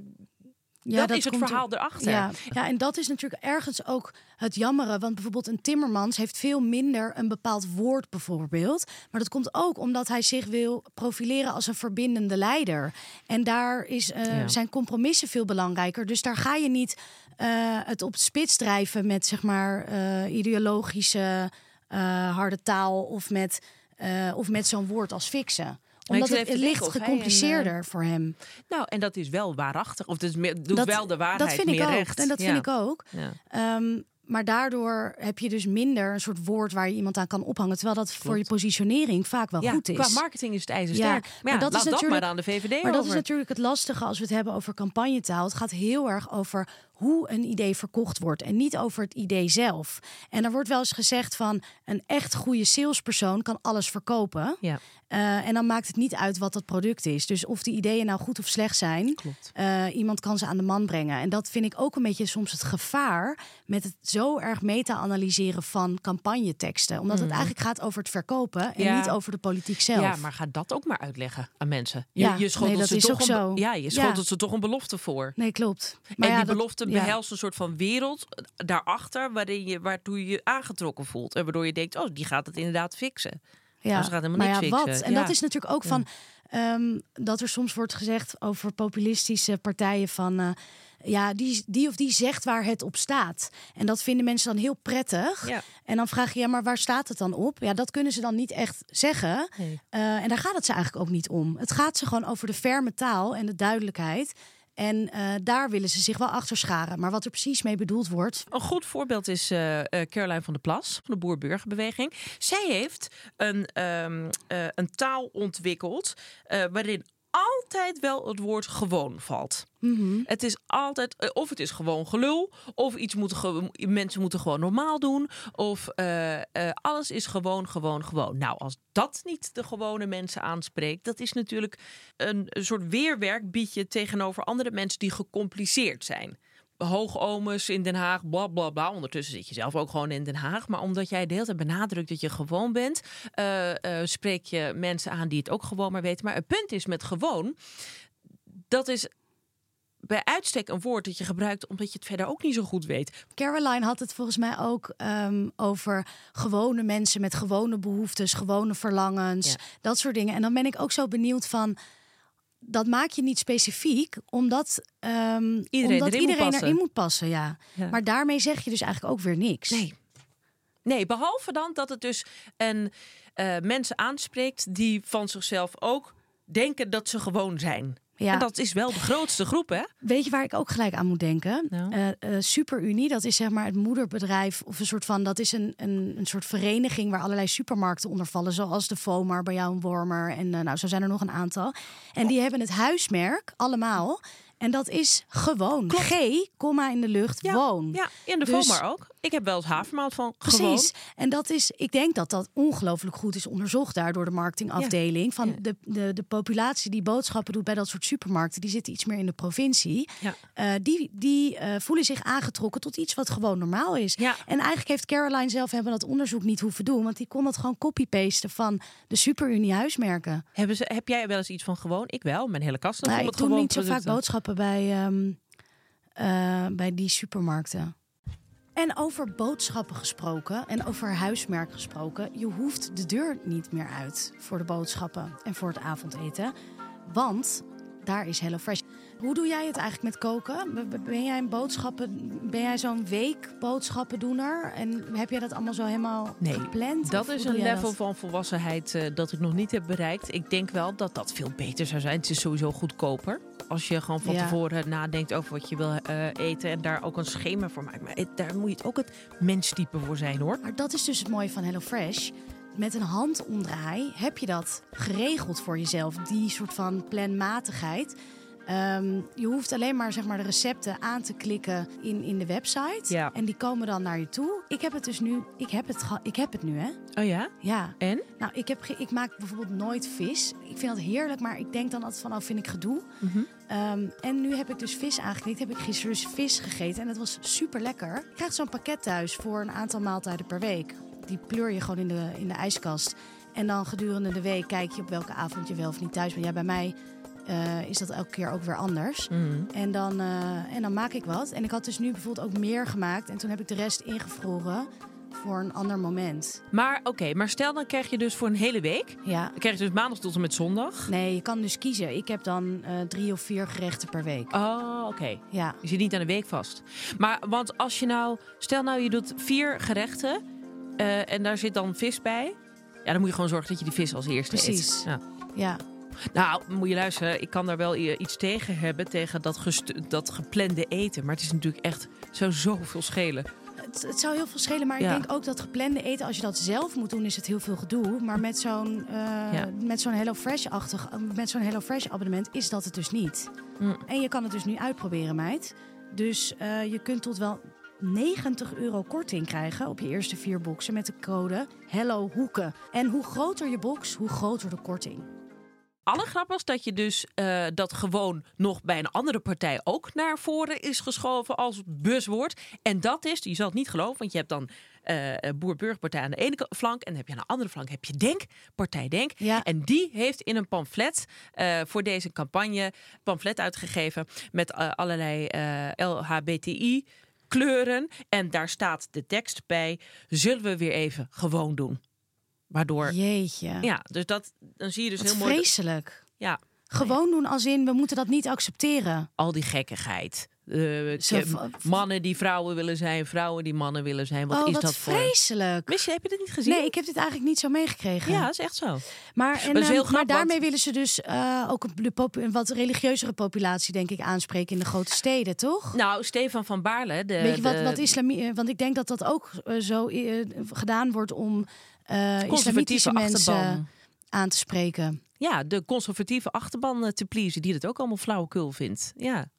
D: Ja, dat, dat is het verhaal er, erachter.
E: Ja. ja, en dat is natuurlijk ergens ook het jammere. Want bijvoorbeeld een Timmermans heeft veel minder een bepaald woord bijvoorbeeld. Maar dat komt ook omdat hij zich wil profileren als een verbindende leider. En daar is, uh, ja. zijn compromissen veel belangrijker. Dus daar ga je niet uh, het op de spits drijven met zeg maar uh, ideologische uh, harde taal of met, uh, of met zo'n woord als fixen. Omdat het, het ligt gecompliceerder een, uh, voor hem.
D: Nou, en dat is wel waarachtig. Of het is, doet dat, wel de waarheid
E: dat vind
D: meer
E: ik ook.
D: recht.
E: En dat
D: ja.
E: vind ik ook.
D: Ja.
E: Um, maar daardoor heb je dus minder een soort woord waar je iemand aan kan ophangen. Terwijl dat Klopt. voor je positionering vaak wel
D: ja,
E: goed is.
D: Qua marketing is het ijzersterk. Ja, maar, ja, maar dat laat is natuurlijk, dat maar aan de V V D
E: Maar
D: over.
E: dat is natuurlijk het lastige als we het hebben over campagnetaal. Het gaat heel erg over hoe een idee verkocht wordt en niet over het idee zelf. En er wordt wel eens gezegd van een echt goede salespersoon kan alles verkopen.
D: Ja.
E: Uh, en dan maakt het niet uit wat het product is. Dus of die ideeën nou goed of slecht zijn, uh, iemand kan ze aan de man brengen. En dat vind ik ook een beetje soms het gevaar met het zo erg meta-analyseren van campagneteksten. Omdat mm. het eigenlijk gaat over het verkopen en ja. niet over de politiek zelf.
D: Ja, maar ga dat ook maar uitleggen aan mensen. Je,
E: ja,
D: je schotelt
E: nee, dat
D: ze
E: is
D: toch
E: ook
D: een,
E: zo.
D: Ja, je schotelt
E: ja.
D: ze toch een belofte voor.
E: Nee, klopt.
D: Maar
E: en
D: ja,
E: die
D: dat,
E: belofte
D: ja. behelst een soort van wereld daarachter waarin je, waartoe je je aangetrokken voelt. En waardoor je denkt, oh, die gaat het inderdaad fixen.
E: Ja,
D: nou, ze gaat helemaal
E: maar
D: niks
E: ja,
D: fixen.
E: wat? En
D: ja.
E: dat is natuurlijk ook van um, dat er soms wordt gezegd over populistische partijen van uh, ja, die, die of die zegt waar het op staat. En dat vinden mensen dan heel prettig.
D: Ja.
E: En dan vraag je, ja, maar waar staat het dan op? Ja, dat kunnen ze dan niet echt zeggen.
D: Nee.
E: Uh, en daar gaat het ze eigenlijk ook niet om. Het gaat ze gewoon over de ferme taal en de duidelijkheid. En uh, daar willen ze zich wel achter scharen. Maar wat er precies mee bedoeld wordt...
D: Een goed voorbeeld is uh, uh, Caroline van der Plas van de Boer-Burgerbeweging. Zij heeft een, um, uh, een taal ontwikkeld uh, waarin altijd wel het woord gewoon valt.
E: Mm-hmm.
D: Het is altijd, of het is gewoon gelul, of iets moeten ge- mensen moeten gewoon normaal doen, of uh, uh, alles is gewoon, gewoon, gewoon. Nou, als dat niet de gewone mensen aanspreekt, dat is natuurlijk een, een soort weerwerk bied je tegenover andere mensen die gecompliceerd zijn. Hoogomes in Den Haag, bla bla bla. Ondertussen zit je zelf ook gewoon in Den Haag. Maar omdat jij de hele tijd benadrukt dat je gewoon bent, uh, uh, spreek je mensen aan die het ook gewoon maar weten. Maar het punt is met gewoon, dat is bij uitstek een woord dat je gebruikt omdat je het verder ook niet zo goed weet.
E: Caroline had het volgens mij ook um, over gewone mensen met gewone behoeftes, gewone verlangens, ja. dat soort dingen. En dan ben ik ook zo benieuwd van, dat maak je niet specifiek, omdat, um,
D: iedereen,
E: omdat
D: erin,
E: iedereen
D: moet
E: erin moet passen. Ja. Ja. Maar daarmee zeg je dus eigenlijk ook weer niks.
D: Nee. Nee, behalve dan dat het dus een, uh, mensen aanspreekt die van zichzelf ook denken dat ze gewoon zijn. Ja. En dat is wel de grootste groep, hè?
E: Weet je waar ik ook gelijk aan moet denken?
D: Nou.
E: Uh, uh, SuperUnie, dat is zeg maar het moederbedrijf of een soort van, dat is een, een, een soort vereniging waar allerlei supermarkten onder vallen, zoals de Vomar bij jou in Wormer en uh, nou, zo zijn er nog een aantal. En die hebben het huismerk allemaal. En dat is gewoon. Klopt. G, komma in de lucht,
D: ja,
E: woon.
D: Ja, in de
E: dus,
D: Vomar ook. Ik heb wel eens havermout van
E: precies.
D: Gewoon.
E: En dat is, ik denk dat dat ongelooflijk goed is onderzocht daar door de marketingafdeling. Ja. Van ja. de, de, de populatie die boodschappen doet bij dat soort supermarkten, die zitten iets meer in de provincie.
D: Ja.
E: Uh, die die uh, voelen zich aangetrokken tot iets wat gewoon normaal is.
D: Ja.
E: En eigenlijk heeft Caroline zelf hebben dat onderzoek niet hoeven doen, want die kon dat gewoon copy-pasten van de SuperUnie huismerken.
D: Hebben ze, heb jij wel eens iets van gewoon? Ik wel. Mijn hele kast.
E: Nou, ik doe niet zo
D: producten.
E: vaak boodschappen bij, um, uh, bij die supermarkten. En over boodschappen gesproken en over huismerk gesproken, je hoeft de deur niet meer uit voor de boodschappen en voor het avondeten. Want daar is HelloFresh. Hoe doe jij het eigenlijk met koken? Ben jij een boodschappen, ben jij zo'n week boodschappendoener? En heb jij dat allemaal zo helemaal
D: nee,
E: gepland?
D: Dat is een level dat? van volwassenheid uh, dat ik nog niet heb bereikt. Ik denk wel dat dat veel beter zou zijn. Het is sowieso goedkoper. Als je gewoon van ja. tevoren nadenkt over wat je wil uh, eten en daar ook een schema voor maakt. Maar het, daar moet je het ook het menstype voor zijn, hoor.
E: Maar dat is dus het mooie van HelloFresh. Met een handomdraai heb je dat geregeld voor jezelf. Die soort van planmatigheid. Um, je hoeft alleen maar, zeg maar de recepten aan te klikken in, in de website.
D: Ja.
E: En die komen dan naar je toe. Ik heb het dus nu. Ik heb het, ge- ik heb het nu, hè?
D: Oh ja?
E: Ja.
D: En?
E: Nou, ik, heb ge- ik maak bijvoorbeeld nooit vis. Ik vind dat heerlijk, maar ik denk dan altijd van, oh, vind ik gedoe.
D: Mm-hmm.
E: Um, en nu heb ik dus vis aangeklikt. Heb ik gisteren dus vis gegeten. En dat was super lekker. Je krijgt zo'n pakket thuis voor een aantal maaltijden per week. Die pleur je gewoon in de, in de ijskast. En dan gedurende de week kijk je op welke avond je wel of niet thuis bent. Ja, bij mij uh, is dat elke keer ook weer anders.
D: Mm.
E: En, dan, uh, en dan maak ik wat. En ik had dus nu bijvoorbeeld ook meer gemaakt. En toen heb ik de rest ingevroren voor een ander moment.
D: Maar oké, okay, maar stel dan krijg je dus voor een hele week.
E: Ja.
D: Dan krijg je dus maandag tot en met zondag.
E: Nee, je kan dus kiezen. Ik heb dan uh, drie of vier gerechten per week.
D: Oh, oké. Okay.
E: Ja.
D: Je zit niet aan de week vast. Maar want als je nou, stel nou je doet vier gerechten uh, en daar zit dan vis bij. Ja, dan moet je gewoon zorgen dat je die vis als eerste eet.
E: Precies.
D: Ja.
E: Ja.
D: Nou, moet je luisteren. Ik kan daar wel iets tegen hebben, tegen dat, gestu- dat geplande eten. Maar het is natuurlijk echt, zou zoveel schelen.
E: Het, het zou heel veel schelen, maar
D: ja.
E: ik denk ook dat geplande eten, als je dat zelf moet doen, is het heel veel gedoe. Maar met zo'n, uh, ja. met zo'n HelloFresh-achtig, met zo'n HelloFresh-abonnement is dat het dus niet.
D: Mm.
E: En je kan het dus nu uitproberen, meid. Dus uh, je kunt tot wel negentig euro korting krijgen op je eerste vier boxen met de code HelloHoeken. En hoe groter je box, hoe groter de korting.
D: Allergrappig is dat je dus uh, dat gewoon nog bij een andere partij ook naar voren is geschoven als buswoord. En dat is, je zal het niet geloven, want je hebt dan uh, Boer-Burgerpartij aan de ene flank en dan heb je aan de andere flank heb je Denk, Partij Denk.
E: Ja.
D: En die heeft in een pamflet uh, voor deze campagne pamflet uitgegeven met uh, allerlei uh, L H B T I kleuren. En daar staat de tekst bij, zullen we weer even gewoon doen. Waardoor,
E: Jeetje.
D: Ja, dus dat, dan zie je dus
E: Wat
D: heel mooi.
E: Vreselijk.
D: Ja.
E: Gewoon doen als in, we moeten dat niet accepteren.
D: Al die gekkigheid. Uh, Zo, mannen die vrouwen willen zijn, vrouwen die mannen willen zijn. Wat
E: oh,
D: is
E: wat
D: dat voor?
E: Vreselijk.
D: Wist je, heb je dit niet gezien?
E: Nee, ik heb dit eigenlijk niet zo meegekregen.
D: Ja, dat is echt zo.
E: Maar, en,
D: dat is heel
E: uh, maar daarmee
D: want...
E: willen ze dus uh, ook de popu- een wat religieuzere populatie, denk ik, aanspreken in de grote steden, toch?
D: Nou, Stefan van Baarle. De,
E: Weet je wat,
D: de...
E: wat islamie... Want ik denk dat dat ook uh, zo uh, gedaan wordt om uh, islamitische mensen achterban. aan te spreken.
D: Ja, de conservatieve achterban te pleasen, die het ook allemaal flauwekul vindt. Ja.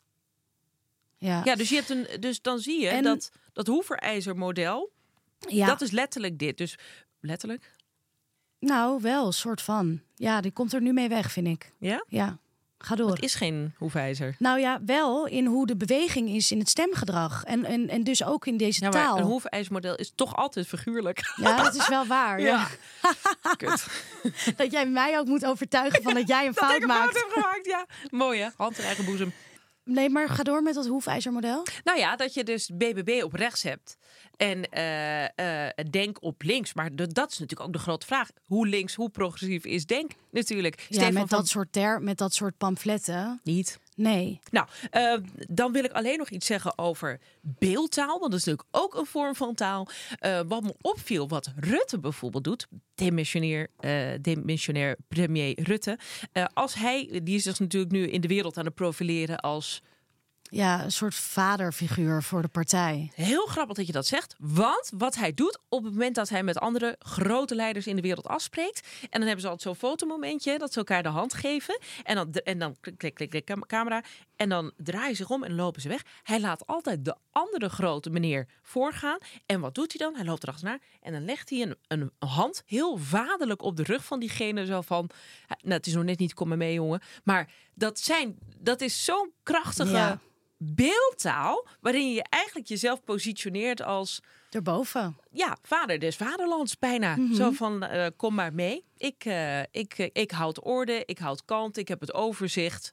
E: Ja.
D: ja, dus je hebt een, dus dan zie je en... dat dat hoeverijzermodel, ja. dat is letterlijk dit. Dus letterlijk?
E: Nou, wel, een soort van. Ja, die komt er nu mee weg, vind ik.
D: Ja?
E: Ja. Ga door.
D: Het is geen hoefijzer.
E: Nou ja, wel in hoe de beweging is in het stemgedrag. En, en, en dus ook in deze
D: ja,
E: taal.
D: Een hoefijzermodel is toch altijd figuurlijk.
E: Ja, dat is wel waar. Ja.
D: ja. Kut.
E: Dat jij mij ook moet overtuigen van dat jij een fout
D: dat ik een
E: maakt.
D: fout heb gemaakt, ja. Mooi hè, hand in eigen boezem.
E: Nee, maar ga door met dat hoefijzermodel.
D: Nou ja, dat je dus B B B op rechts hebt en uh, uh, Denk op links. Maar de, dat is natuurlijk ook de grote vraag. Hoe links, hoe progressief is Denk natuurlijk?
E: Ja,
D: Stefan
E: met,
D: van...
E: dat soort ter, met dat soort pamfletten.
D: Niet.
E: Nee.
D: Nou, uh, dan wil ik alleen nog iets zeggen over beeldtaal. Want dat is natuurlijk ook een vorm van taal. Uh, wat me opviel, wat Rutte bijvoorbeeld doet. Demissionair, uh, demissionair premier Rutte. Uh, als hij, die is dus natuurlijk nu in de wereld aan het profileren als...
E: Ja, een soort vaderfiguur voor de partij.
D: Heel grappig dat je dat zegt. Want wat hij doet op het moment dat hij met andere grote leiders in de wereld afspreekt. En dan hebben ze altijd zo'n fotomomentje dat ze elkaar de hand geven. En dan, en dan klik, klik, klik, klik, camera. En dan draaien ze zich om en lopen ze weg. Hij laat altijd de andere grote meneer voorgaan. En wat doet hij dan? Hij loopt erachterna. En dan legt hij een, een hand heel vaderlijk op de rug van diegene. Zo van, nou het is nog net niet, kom maar mee jongen. Maar dat, zijn, dat is zo'n krachtige... Ja. beeldtaal, waarin je eigenlijk jezelf positioneert als...
E: Erboven.
D: Ja, vader des vaderlands bijna. Mm-hmm. Zo van, uh, kom maar mee. Ik, uh, ik, uh, ik houd orde, ik houd kalmte, ik heb het overzicht.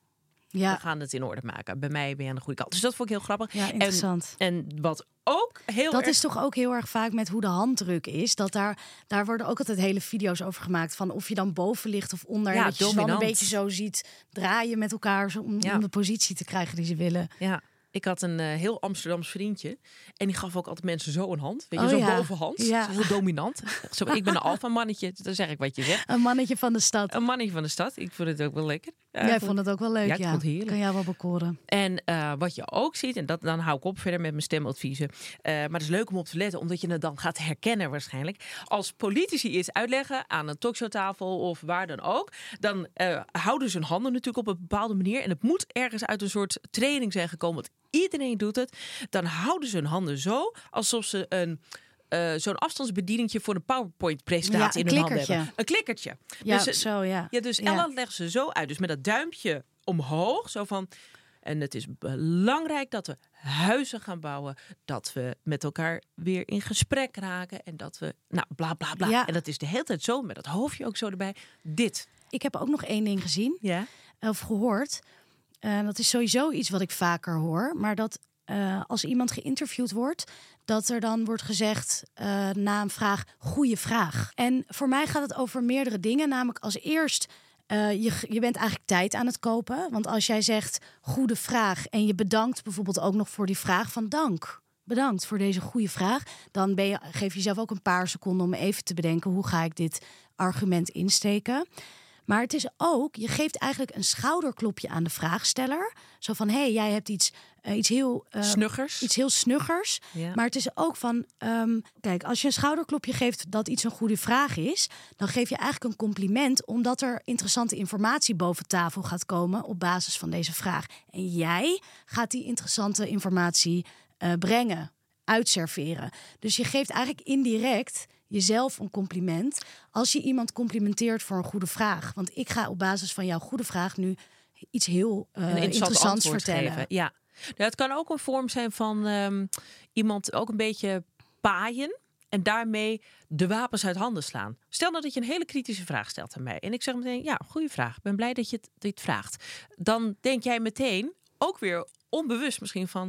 D: Ja. We gaan het in orde maken. Bij mij ben je aan de goede kant. Dus dat vond ik heel grappig.
E: Ja, interessant.
D: En, en wat ook heel
E: Dat
D: erg...
E: is toch ook heel erg vaak met hoe de handdruk is. Dat daar, daar worden ook altijd hele video's over gemaakt. Van of je dan boven ligt of onder.
D: Ja,
E: en dat je ze dan
D: dominant.
E: een beetje zo ziet draaien met elkaar. Zo, om,
D: Ja.
E: om de positie te krijgen die ze willen.
D: Ja. Ik had een uh, heel Amsterdams vriendje. En die gaf ook altijd mensen zo een hand. Weet je,
E: Oh,
D: zo'n
E: ja.
D: bovenhand.
E: Ja.
D: Heel dominant. Zo, ik ben een alfa-mannetje. Dan zeg ik wat je zegt.
E: Een mannetje van de stad.
D: Een mannetje van de stad. Ik vond het ook wel lekker. Uh,
E: Jij vond het ook wel leuk,
D: ja.
E: ja.
D: Ik vond het heerlijk.
E: Kan jou wel bekoren.
D: En uh, wat je ook ziet, en dat, dan hou ik op verder met mijn stemadviezen. Uh, maar het is leuk om op te letten, omdat je het dan gaat herkennen waarschijnlijk. Als politici iets uitleggen aan een talkshowtafel of waar dan ook, dan uh, houden ze hun handen natuurlijk op een bepaalde manier. En het moet ergens uit een soort training zijn gekomen, want iedereen doet het. Dan houden ze hun handen zo, alsof ze een... Uh, zo'n afstandsbedieningje voor een PowerPoint-presentatie
E: ja,
D: in hun handen hebben. Een klikkertje.
E: Ja,
D: dus,
E: zo, ja.
D: Ja, dus
E: ja.
D: Ella legt ze zo uit. Dus met dat duimpje omhoog, zo van... En het is belangrijk dat we huizen gaan bouwen. Dat we met elkaar weer in gesprek raken. En dat we, nou, bla, bla, bla.
E: Ja.
D: En dat is de hele tijd zo, met dat hoofdje ook zo erbij. Dit.
E: Ik heb ook nog één ding gezien.
D: Ja.
E: Of gehoord. Uh, dat is sowieso iets wat ik vaker hoor. Maar dat uh, als iemand geïnterviewd wordt, dat er dan wordt gezegd uh, na een vraag, goeie vraag. En voor mij gaat het over meerdere dingen. Namelijk als eerst, uh, je, je bent eigenlijk tijd aan het kopen. Want als jij zegt, goede vraag, en je bedankt bijvoorbeeld ook nog voor die vraag van dank. Bedankt voor deze goede vraag. Dan ben je, geef je jezelf ook een paar seconden om even te bedenken, hoe ga ik dit argument insteken? Maar het is ook, je geeft eigenlijk een schouderklopje aan de vraagsteller. Zo van, hé, hey, jij hebt iets, uh, iets heel... Uh,
D: snuggers.
E: Iets heel snuggers.
D: Ja.
E: Maar het is ook van, um, kijk, als je een schouderklopje geeft dat iets een goede vraag is, dan geef je eigenlijk een compliment, omdat er interessante informatie boven tafel gaat komen op basis van deze vraag. En jij gaat die interessante informatie uh, brengen, uitserveren. Dus je geeft eigenlijk indirect jezelf een compliment als je iemand complimenteert voor een goede vraag. Want ik ga op basis van jouw goede vraag nu iets heel uh,
D: een
E: interessants vertellen.
D: Geven. Ja. Nou, het kan ook een vorm zijn van um, iemand ook een beetje paaien en daarmee de wapens uit handen slaan. Stel nou dat je een hele kritische vraag stelt aan mij en ik zeg meteen, ja, goede vraag. Ik ben blij dat je het, dit vraagt. Dan denk jij meteen ook weer onbewust misschien van,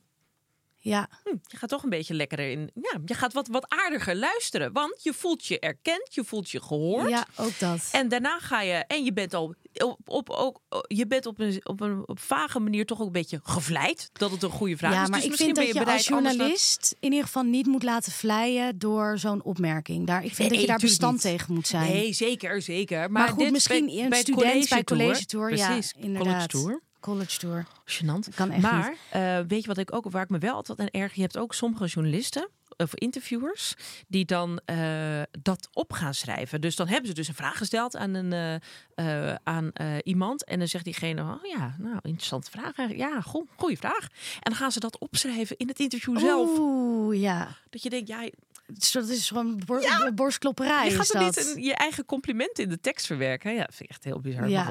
E: ja.
D: Hm, je gaat toch een beetje lekkerder in. Ja, je gaat wat, wat aardiger luisteren. Want je voelt je erkend, je voelt je gehoord.
E: Ja, ook dat.
D: En daarna ga je. En je bent al op, op, ook, je bent op een, op een op vage manier toch ook een beetje gevleid. Dat het een goede vraag
E: ja,
D: is.
E: Maar
D: dus
E: ik vind
D: ben
E: dat
D: je,
E: je als journalist
D: dat...
E: in ieder geval niet moet laten vleien door zo'n opmerking. Daar, ik vind nee, dat je daar bestand niet. tegen moet zijn.
D: Nee, zeker, zeker. Maar,
E: maar goed,
D: dit
E: misschien
D: bij,
E: een
D: bij
E: student
D: college
E: bij college tour.
D: Precies,
E: Ja, inderdaad.
D: college tour.
E: College tour.
D: Gênant.
E: Kan echt
D: maar
E: niet.
D: Uh, weet je wat ik ook, waar ik me wel altijd aan erg. Je hebt ook sommige journalisten of interviewers die dan uh, dat op gaan schrijven. Dus dan hebben ze dus een vraag gesteld aan een uh, uh, aan uh, iemand en dan zegt diegene, oh ja, nou interessante vraag. Ja, go- goeie vraag. En dan gaan ze dat opschrijven in het interview zelf.
E: Oeh, ja.
D: Dat je denkt, ja,
E: dat is gewoon bor-
D: ja,
E: borstklopperij.
D: Je gaat
E: is
D: er
E: dat.
D: niet een, je eigen compliment in de tekst verwerken. Ja, dat vind ik echt heel bizar.
E: Ja.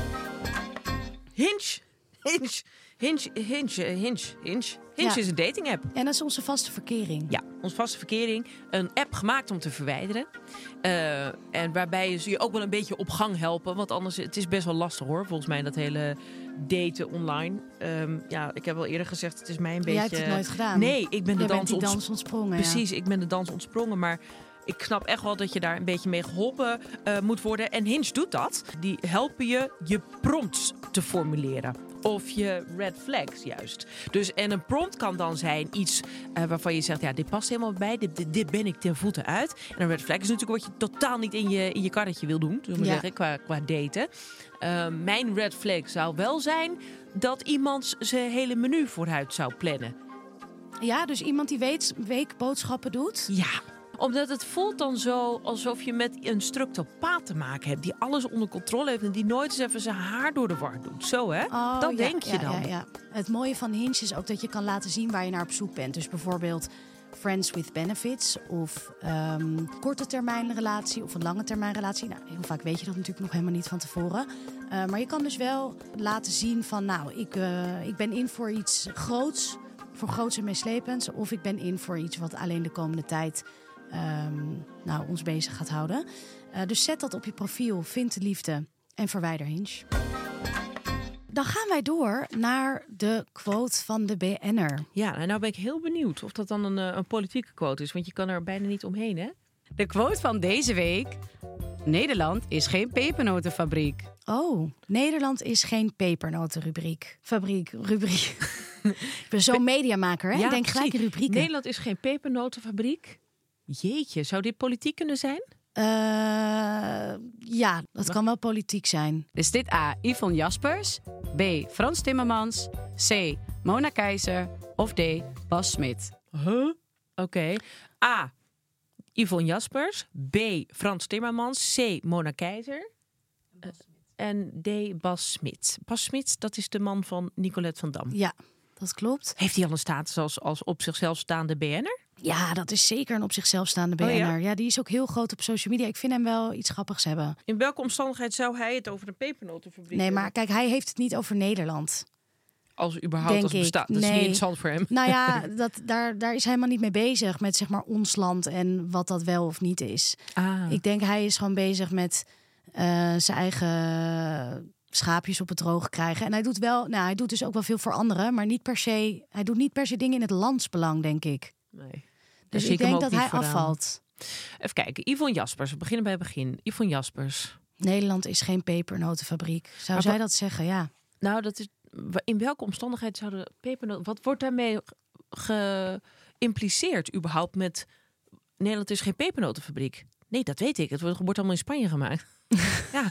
D: Hinge. Hinge. Hinge, Hinge, Hinge, Hinge. Hinge
E: ja.
D: is een dating app.
E: En dat is onze vaste verkering.
D: Ja, onze vaste verkering. Een app gemaakt om te verwijderen. Uh, en waarbij ze je ook wel een beetje op gang helpen. Want anders, het is best wel lastig hoor. Volgens mij dat hele daten online. Um, ja, ik heb al eerder gezegd, het is mij een beetje...
E: Jij hebt het nooit gedaan.
D: Nee, ik ben de
E: Jij
D: dans,
E: bent die
D: onts...
E: dans ontsprongen.
D: Precies,
E: ja.
D: ik ben de dans ontsprongen. Maar ik snap echt wel dat je daar een beetje mee geholpen uh, moet worden. En Hinge doet dat. Die helpen je je prompts te formuleren. Of je red flags juist. Dus, en een prompt kan dan zijn iets uh, waarvan je zegt, ja, dit past helemaal bij. Dit, dit, dit ben ik ten voeten uit. En een red flag is natuurlijk wat je totaal niet in je, in je karretje wil doen. Zullen we ja. zeggen, qua, qua daten. Uh, mijn red flag zou wel zijn dat iemand zijn hele menu vooruit zou plannen.
E: Ja, dus iemand die weet, weekboodschappen doet?
D: Ja. Omdat het voelt dan zo alsof je met een structopaat te maken hebt. Die alles onder controle heeft en die nooit eens even zijn haar door de war doet. Zo hè?
E: Oh,
D: dat
E: ja,
D: denk je
E: ja,
D: dan.
E: Ja, ja. Het mooie van Hinge is ook dat je kan laten zien waar je naar op zoek bent. Dus bijvoorbeeld friends with benefits of um, korte termijn relatie of een lange termijn relatie. Nou, heel vaak weet je dat natuurlijk nog helemaal niet van tevoren. Uh, maar je kan dus wel laten zien van nou, ik, uh, ik ben in voor iets groots, voor groots en meeslepends. Of ik ben in voor iets wat alleen de komende tijd Um, nou, ons bezig gaat houden. Uh, dus zet dat op je profiel, vind de liefde en verwijder Hinge. dan gaan wij door naar de quote van de B N'er.
D: Ja, en nou ben ik heel benieuwd of dat dan een, uh, een politieke quote is. Want je kan er bijna niet omheen, hè?
C: De quote van deze week. Nederland is geen pepernotenfabriek.
E: Oh, Nederland is geen pepernotenrubriek. Fabriek, rubriek. Ik ben zo'n mediamaker, hè?
D: Ja,
E: Ik denk gelijk in
D: precies.
E: rubrieken.
D: Nederland is geen pepernotenfabriek. Jeetje, zou dit politiek kunnen zijn?
E: Uh, ja, dat kan wel politiek zijn.
C: Is dit A. Yvonne Jaspers, B. Frans Timmermans, C. Mona Keizer of D. Bas Smit?
D: Huh? Oké. Okay. A. Yvonne Jaspers, B. Frans Timmermans, C. Mona Keizer uh, en D. Bas Smit. Bas Smit, dat is de man van Nicolette van Dam.
E: Ja, dat klopt.
D: Heeft hij al een status als, als op zichzelf staande B N'er?
E: Ja, dat is zeker een op zichzelf staande B N'er. Oh, ja? ja, die is ook heel groot op social media. Ik vind hem wel iets grappigs hebben.
D: In welke omstandigheid zou hij het over een pepernotenfabriek
E: Nee, maar kijk, hij heeft het niet over Nederland.
D: Als überhaupt als bestaat. Dat nee. is niet interessant voor hem.
E: Nou ja, dat, daar, daar is hij helemaal niet mee bezig. Met zeg maar ons land en wat dat wel of niet is.
D: Ah.
E: Ik denk hij is gewoon bezig met uh, zijn eigen schaapjes op het droog krijgen. En hij doet wel, nou hij doet dus ook wel veel voor anderen. Maar niet per se, hij doet niet per se dingen in het landsbelang, denk ik.
D: Nee.
E: Dus ik denk dat hij
D: vooraan.
E: afvalt.
D: Even kijken, Yvonne Jaspers. We beginnen bij het begin. Yvonne Jaspers.
E: Nederland is geen pepernotenfabriek. Zou maar zij wat, dat zeggen? Ja.
D: Nou, dat is... In welke omstandigheid zouden pepernoten... Wat wordt daarmee geïmpliceerd überhaupt met... Nederland is geen pepernotenfabriek? Nee, dat weet ik. Het wordt, wordt allemaal in Spanje gemaakt. Ja.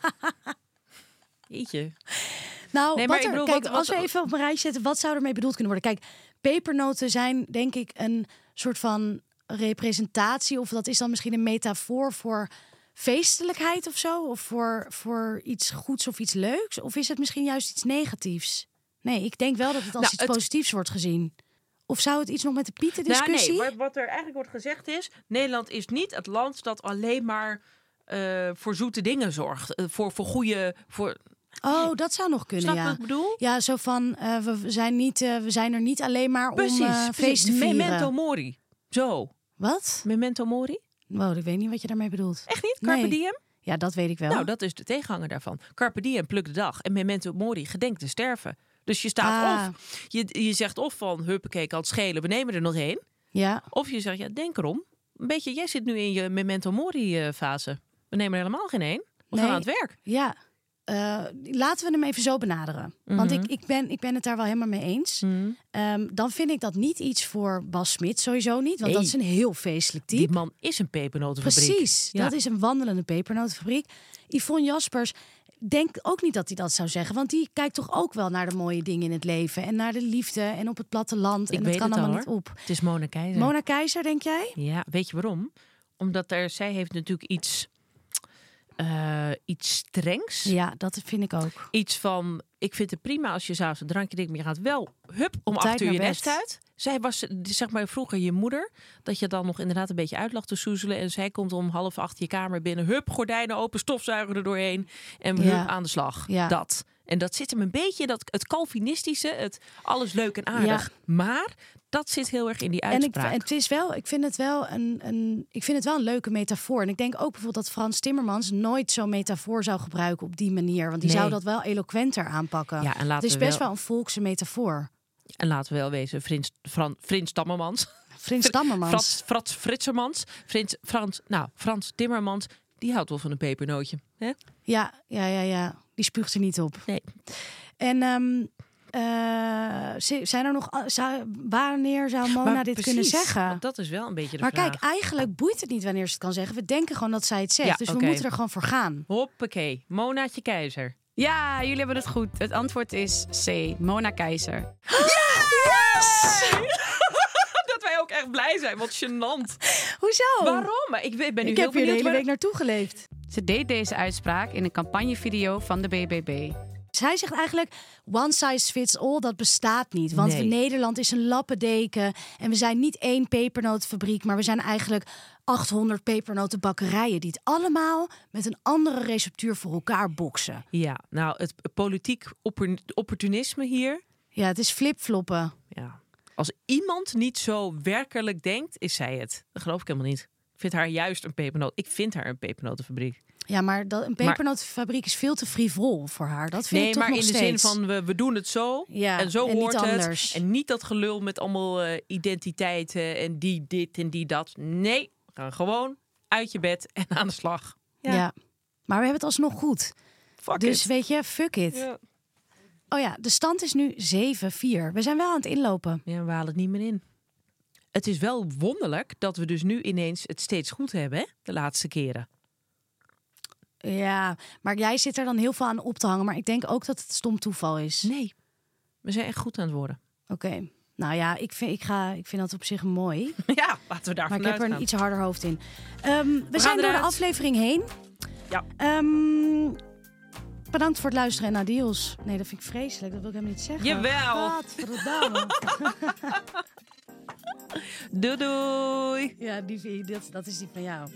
D: Jeetje.
E: Nou,
D: nee,
E: wat er,
D: bedoel,
E: kijk,
D: wat,
E: als
D: wat,
E: we even op een rijtje zetten... wat zou ermee bedoeld kunnen worden? Kijk, pepernoten zijn denk ik een soort van representatie... of dat is dan misschien een metafoor voor... feestelijkheid of zo? Of voor, voor iets goeds of iets leuks? Of is het misschien juist iets negatiefs? Nee, ik denk wel dat het als nou, iets het... positiefs wordt gezien. Of zou het iets nog met de Pieten discussie?
D: Nou, nee, wat er eigenlijk wordt gezegd is... Nederland is niet het land dat alleen maar uh, voor zoete dingen zorgt. Uh, voor, voor goede... Voor...
E: Oh, dat zou nog kunnen,
D: Snap
E: ja.
D: wat ik bedoel?
E: Ja, zo van, uh, we, zijn niet, uh, we zijn er niet alleen maar
D: precies,
E: om uh, feest te vieren.
D: Memento mori. Zo.
E: Wat?
D: Memento mori?
E: Wow, ik weet niet wat je daarmee bedoelt.
D: Echt niet? Carpe
E: nee.
D: diem?
E: Ja, dat weet ik wel.
D: Nou, dat is de tegenhanger daarvan. Carpe diem, pluk de dag. En memento mori, gedenk te sterven. Dus je staat ah. of... Je, je zegt of van, huppakee, kan het schelen, we nemen er nog één.
E: Ja.
D: Of je zegt, ja, denk erom. Een beetje, jij zit nu in je memento mori fase. We nemen er helemaal geen één. We nee. gaan aan het werk.
E: Ja. Uh, laten we hem even zo benaderen. Mm-hmm. Want ik, ik, ben, ik ben het daar wel helemaal mee eens. Mm-hmm. Um, dan vind ik dat niet iets voor Bas Smit, sowieso niet. Want hey, dat is een heel feestelijk type.
D: Die man is een pepernotenfabriek.
E: Precies, ja. Dat is een wandelende pepernotenfabriek. Yvonne Jaspers, denk ook niet dat hij dat zou zeggen. Want die kijkt toch ook wel naar de mooie dingen in het leven. En naar de liefde en op het platteland.
D: Ik
E: en
D: weet
E: het kan
D: het
E: allemaal
D: al,
E: niet op.
D: Het is Mona Keizer.
E: Mona Keizer, denk jij?
D: Ja, weet je waarom? Omdat er, zij heeft natuurlijk iets... Uh, iets strengs.
E: Ja, dat vind ik ook.
D: Iets van, ik vind het prima als je s'avonds een drankje drinkt, maar je gaat wel, hup, om acht uur je nest uit. Zij was, zeg maar, vroeger je moeder, dat je dan nog inderdaad een beetje uit lag te soezelen. En zij komt om half acht je kamer binnen, hup, gordijnen open, stofzuiger er doorheen en
E: ja.
D: hup, aan de slag.
E: Ja.
D: Dat. En dat zit hem een beetje, dat, het Calvinistische, het alles leuk en aardig. Ja. Maar dat zit heel erg in die uitspraak.
E: En ik, het is wel, ik vind het wel een, een, ik vind het wel een leuke metafoor. En ik denk ook bijvoorbeeld dat Frans Timmermans nooit zo'n metafoor zou gebruiken op die manier. Want die nee. zou dat wel eloquenter aanpakken.
D: Ja, en
E: het is best
D: wel...
E: wel een volkse metafoor.
D: En laten we wel wezen, Frins, Fran, Frins Timmermans.
E: Frins Timmermans.
D: Frans, Frans Fritsermans. Frins, Frans, nou, Frans Timmermans, die houdt wel van een pepernootje. Hè?
E: Ja, ja, ja, ja. Die spuugt er niet op.
D: Nee.
E: En um, uh, zijn er nog... Zou, wanneer zou Mona
D: maar
E: dit
D: precies,
E: kunnen zeggen?
D: Dat is wel een beetje de
E: maar
D: vraag.
E: Maar kijk, eigenlijk boeit het niet wanneer ze het kan zeggen. We denken gewoon dat zij het zegt. Ja, dus
D: okay.
E: we moeten er gewoon voor gaan.
D: Hoppakee. Monaatje Keizer.
C: Ja, jullie hebben het goed. Het antwoord is C. Mona Keizer.
E: Yes!
D: Dat wij ook echt blij zijn. Wat gênant.
E: Hoezo?
D: Waarom? Ik ben nu
E: ik
D: heel
E: heb hier de hele
D: waar...
E: week naartoe geleefd.
C: Ze deed deze uitspraak in een campagnevideo van de B B B.
E: Zij zegt eigenlijk, one size fits all, dat bestaat niet. Want
D: nee.
E: Nederland is een lappendeken. En we zijn niet één pepernotenfabriek, maar we zijn eigenlijk achthonderd pepernotenbakkerijen die het allemaal met een andere receptuur voor elkaar boksen.
D: Ja, nou, het politiek opportunisme hier.
E: Ja, het is flipfloppen.
D: Ja. Als iemand niet zo werkelijk denkt, is zij het. Dat geloof ik helemaal niet. Ik vind haar juist een pepernoot. Ik vind haar een pepernotenfabriek.
E: Ja, maar dat, een pepernotenfabriek is veel te frivol voor haar. Dat vind
D: nee,
E: ik toch
D: maar
E: nog
D: in
E: steeds.
D: de zin van we, we doen het zo
E: Ja,
D: en zo
E: en
D: hoort
E: niet
D: het.
E: anders.
D: En niet dat gelul met allemaal uh, identiteiten en die dit en die dat. Nee, we gaan gewoon uit je bed en aan de slag.
E: Ja,
D: Ja,
E: ja. Maar we hebben het alsnog goed.
D: fuck
E: Dus
D: it.
E: weet je, fuck it.
D: Ja.
E: Oh ja, de stand is nu zeven vier. We zijn wel aan het inlopen.
D: Ja, we halen het niet meer in. Het is wel wonderlijk dat we dus nu ineens het steeds goed hebben, hè? De laatste keren.
E: Ja, maar jij zit er dan heel veel aan op te hangen. Maar ik denk ook dat het stom toeval is.
D: Nee, we zijn echt goed aan het worden.
E: Oké. Okay. Nou ja, ik vind, ik, ga, ik vind dat op zich mooi.
D: Ja, laten we daar
E: Maar ik heb er
D: gaan.
E: een iets harder hoofd in. Um, we, we zijn door
D: eruit.
E: de aflevering heen.
D: Ja.
E: Um, bedankt voor het luisteren en adios. Nee, dat vind ik vreselijk. Dat wil ik helemaal niet zeggen.
D: Jawel.
E: Godverdamme.
D: Doei doei.
E: Ja, die, dat, dat is die van jou.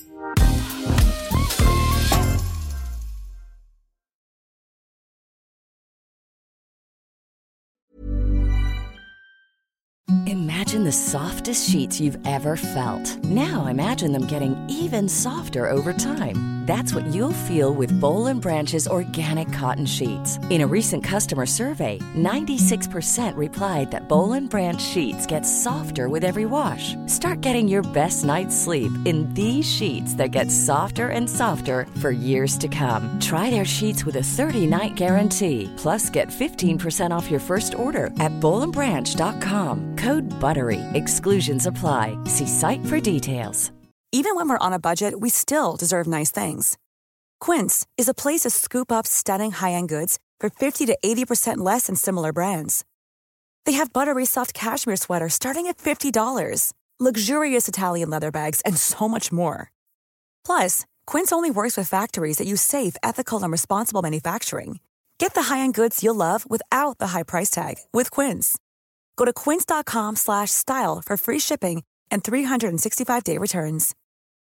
F: Imagine the softest sheets you've ever felt. Now imagine them getting even softer over time. That's what you'll feel with Boll and Branch's organic cotton sheets. In a recent customer survey, ninety-six percent replied that Boll and Branch sheets get softer with every wash. Start getting your best night's sleep in these sheets that get softer and softer for years to come. Try their sheets with a thirty-night guarantee. Plus, get fifteen percent off your first order at boll and branch dot com. Code BUTTERY. Exclusions apply. See site for details.
G: Even when we're on a budget, we still deserve nice things. Quince is a place to scoop up stunning high-end goods for fifty to eighty percent less than similar brands. They have buttery soft cashmere sweaters starting at fifty dollars, luxurious Italian leather bags, and so much more. Plus, Quince only works with factories that use safe, ethical, and responsible manufacturing. Get the high-end goods you'll love without the high price tag with Quince. Go to quince dot com slash style for free shipping and three sixty-five day returns.